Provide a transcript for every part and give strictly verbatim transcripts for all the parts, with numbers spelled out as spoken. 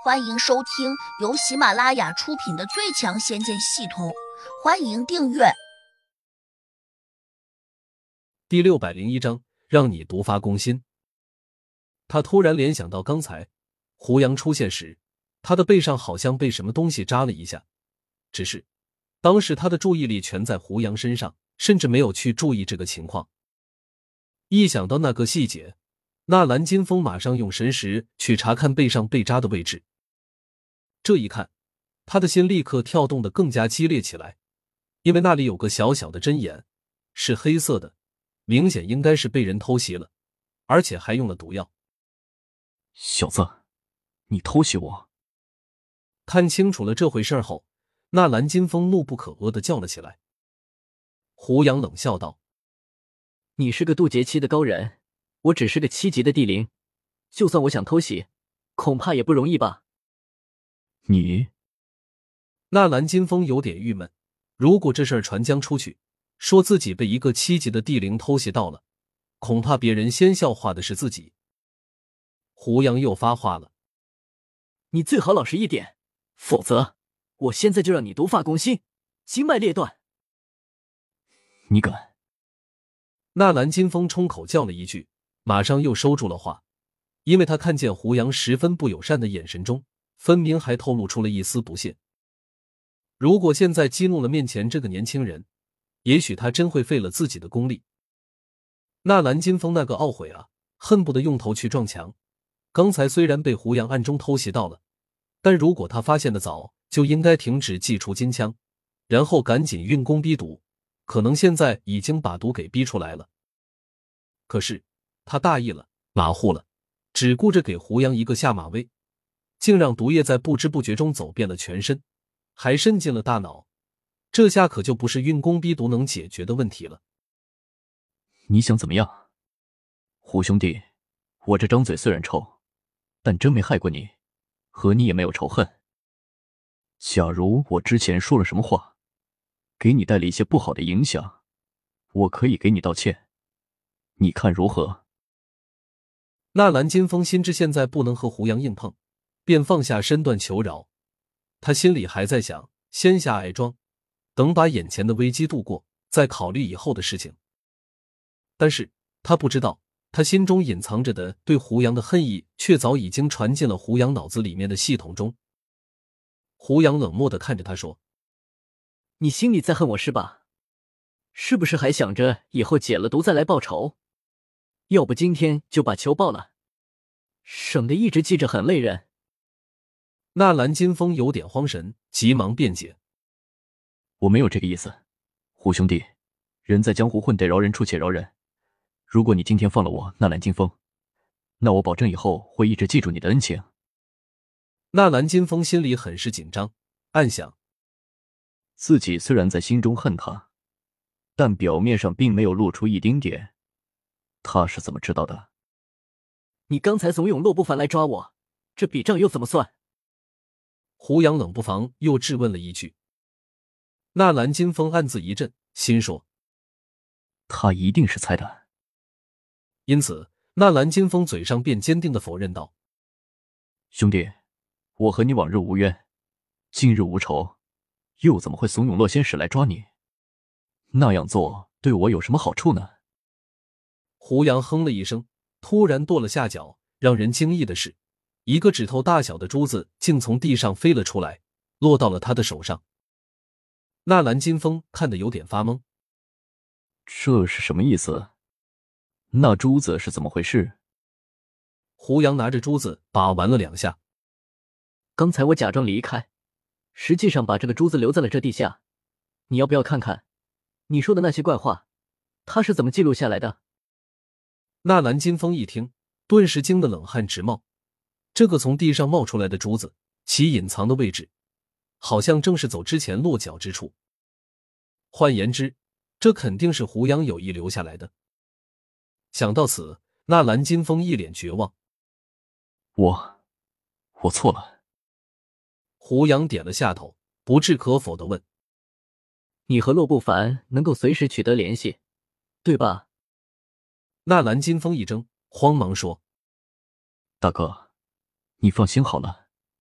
欢迎收听由喜马拉雅出品的《最强仙剑系统》，欢迎订阅。 第六百零一章，让你独发攻心。他突然联想到刚才胡杨出现时，他的背上好像被什么东西扎了一下，只是当时他的注意力全在胡杨身上，甚至没有去注意这个情况。一想到那个细节，纳兰金风马上用神识去查看背上被扎的位置。这一看，他的心立刻跳动得更加激烈起来，因为那里有个小小的针眼，是黑色的，明显应该是被人偷袭了，而且还用了毒药。 小子，你偷袭我！ 看清楚了这回事后，纳兰金风怒不可遏地叫了起来。胡杨冷笑道： 你是个渡劫期的高人，我只是个七级的地灵，就算我想偷袭，恐怕也不容易吧。 你…… 纳兰金风有点郁闷，如果这事儿传将出去，说自己被一个七级的地灵偷袭到了，恐怕别人先笑话的是自己。胡杨又发话了： 你最好老实一点，否则我现在就让你毒发攻心，经脉裂断。 你敢？ 纳兰金风冲口叫了一句，马上又收住了话，因为他看见胡杨十分不友善的眼神中，分明还透露出了一丝不屑。如果现在激怒了面前这个年轻人，也许他真会废了自己的功力。纳兰金风那个懊悔啊，恨不得用头去撞墙。刚才虽然被胡杨暗中偷袭到了，但如果他发现的早，就应该停止祭出金枪，然后赶紧运功逼毒，可能现在已经把毒给逼出来了。可是他大意了，马虎了，只顾着给胡杨一个下马威，竟让毒液在不知不觉中走遍了全身，还渗进了大脑，这下可就不是运功逼毒能解决的问题了。 你想怎么样？胡兄弟，我这张嘴虽然臭，但真没害过你，和你也没有仇恨。假如我之前说了什么话，给你带了一些不好的影响，我可以给你道歉，你看如何？ 纳兰金风心知现在不能和胡杨硬碰，便放下身段求饶。他心里还在想，先下矮桩，等把眼前的危机度过，再考虑以后的事情。但是他不知道，他心中隐藏着的对胡杨的恨意，却早已经传进了胡杨脑子里面的系统中。胡杨冷漠地看着他说： 你心里在恨我是吧？是不是还想着以后解了毒再来报仇？要不今天就把仇报了，省得一直记着很累人。 纳兰金风有点慌神，急忙辩解： 我没有这个意思，胡兄弟，人在江湖混得饶人处且饶人。如果你今天放了我纳兰金风，那我保证以后会一直记住你的恩情。 纳兰金风心里很是紧张，暗想自己虽然在心中恨他，但表面上并没有露出一丁点。他是怎么知道的？ 你刚才怂恿洛不凡来抓我，这笔账又怎么算？ 胡杨冷不防又质问了一句。纳兰金风暗自一震，心说他一定是猜的。 因此纳兰金风嘴上便坚定地否认道： 兄弟，我和你往日无冤，近日无仇，又怎么会怂恿洛仙使来抓你？那样做对我有什么好处呢？ 胡杨哼了一声，突然跺了下脚，让人惊异的是，一个指头大小的珠子竟从地上飞了出来，落到了他的手上。纳兰金风看得有点发懵， 这是什么意思？那珠子是怎么回事？ 胡杨拿着珠子把玩了两下。 刚才我假装离开，实际上把这个珠子留在了这地下。你要不要看看，你说的那些怪话，他是怎么记录下来的？ 纳兰金风一听，顿时惊得冷汗直冒。这个从地上冒出来的珠子，其隐藏的位置，好像正是走之前落脚之处。换言之，这肯定是胡杨有意留下来的。想到此，纳兰金风一脸绝望。 我，我错了。 胡杨点了下头，不置可否地问： 你和洛不凡能够随时取得联系，对吧？ 纳兰金风一怔，慌忙说： 大哥，你放心好了，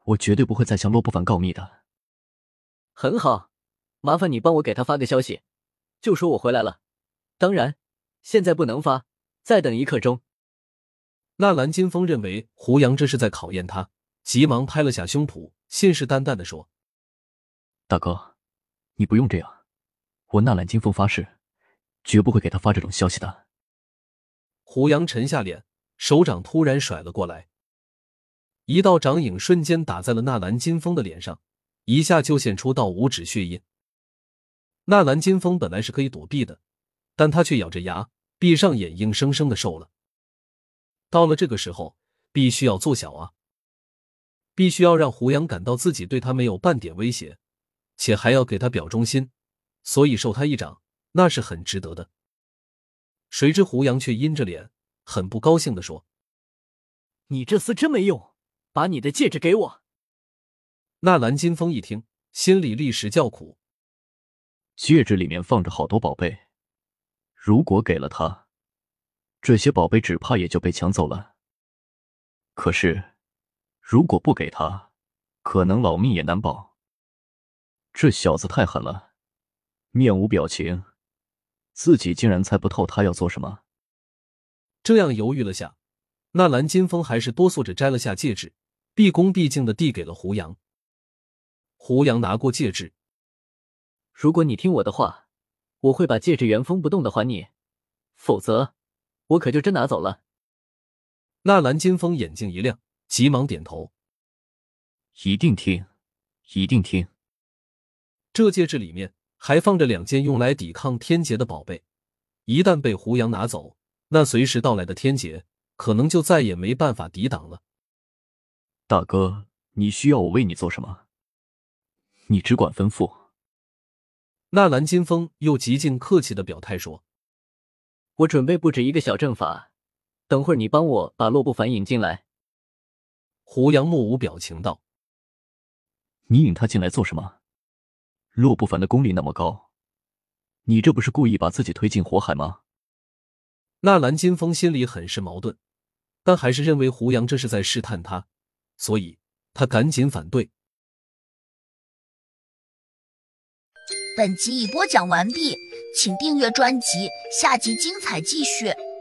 我绝对不会再向洛不凡告密的。 很好，麻烦你帮我给他发个消息，就说我回来了。当然，现在不能发，再等一刻钟。 纳兰金风认为胡杨这是在考验他，急忙拍了下胸脯，信誓旦旦地说：“ 大哥，你不用这样，我纳兰金风发誓，绝不会给他发这种消息的。” 胡杨沉下脸，手掌突然甩了过来，一道掌影瞬间打在了纳兰金风的脸上，一下就现出道五指血印。纳兰金风本来是可以躲避的，但他却咬着牙，闭上眼，硬生生的受了。到了这个时候，必须要做小啊，必须要让胡杨感到自己对他没有半点威胁，且还要给他表忠心，所以受他一掌，那是很值得的。谁知胡杨却阴着脸，很不高兴地说：“ 你这厮真没用，把你的戒指给我。” 纳兰金风一听，心里立时叫苦。 戒指里面放着好多宝贝，如果给了他，这些宝贝只怕也就被抢走了。可是，如果不给他，可能老命也难保。这小子太狠了，面无表情，自己竟然猜不透他要做什么。 这样犹豫了下，纳兰金风还是哆嗦着摘了下戒指，毕恭毕敬地递给了胡杨。胡杨拿过戒指：“ 如果你听我的话，我会把戒指原封不动的还你，否则我可就真拿走了。” 纳兰金风眼睛一亮，急忙点头：“ 一定听，一定听。” 这戒指里面还放着两件用来抵抗天劫的宝贝，一旦被胡杨拿走，那随时到来的天劫可能就再也没办法抵挡了。 大哥，你需要我为你做什么？你只管吩咐。 纳兰金风又极尽客气的表态说：“ 我准备布置一个小阵法，等会儿你帮我把洛不凡引进来。” 胡杨目无表情道：“ 你引他进来做什么？洛不凡的功力那么高，你这不是故意把自己推进火海吗？” 纳兰金风心里很是矛盾，但还是认为胡杨这是在试探他，所以他赶紧反对。 本集已播讲完毕，请订阅专辑，下集精彩继续。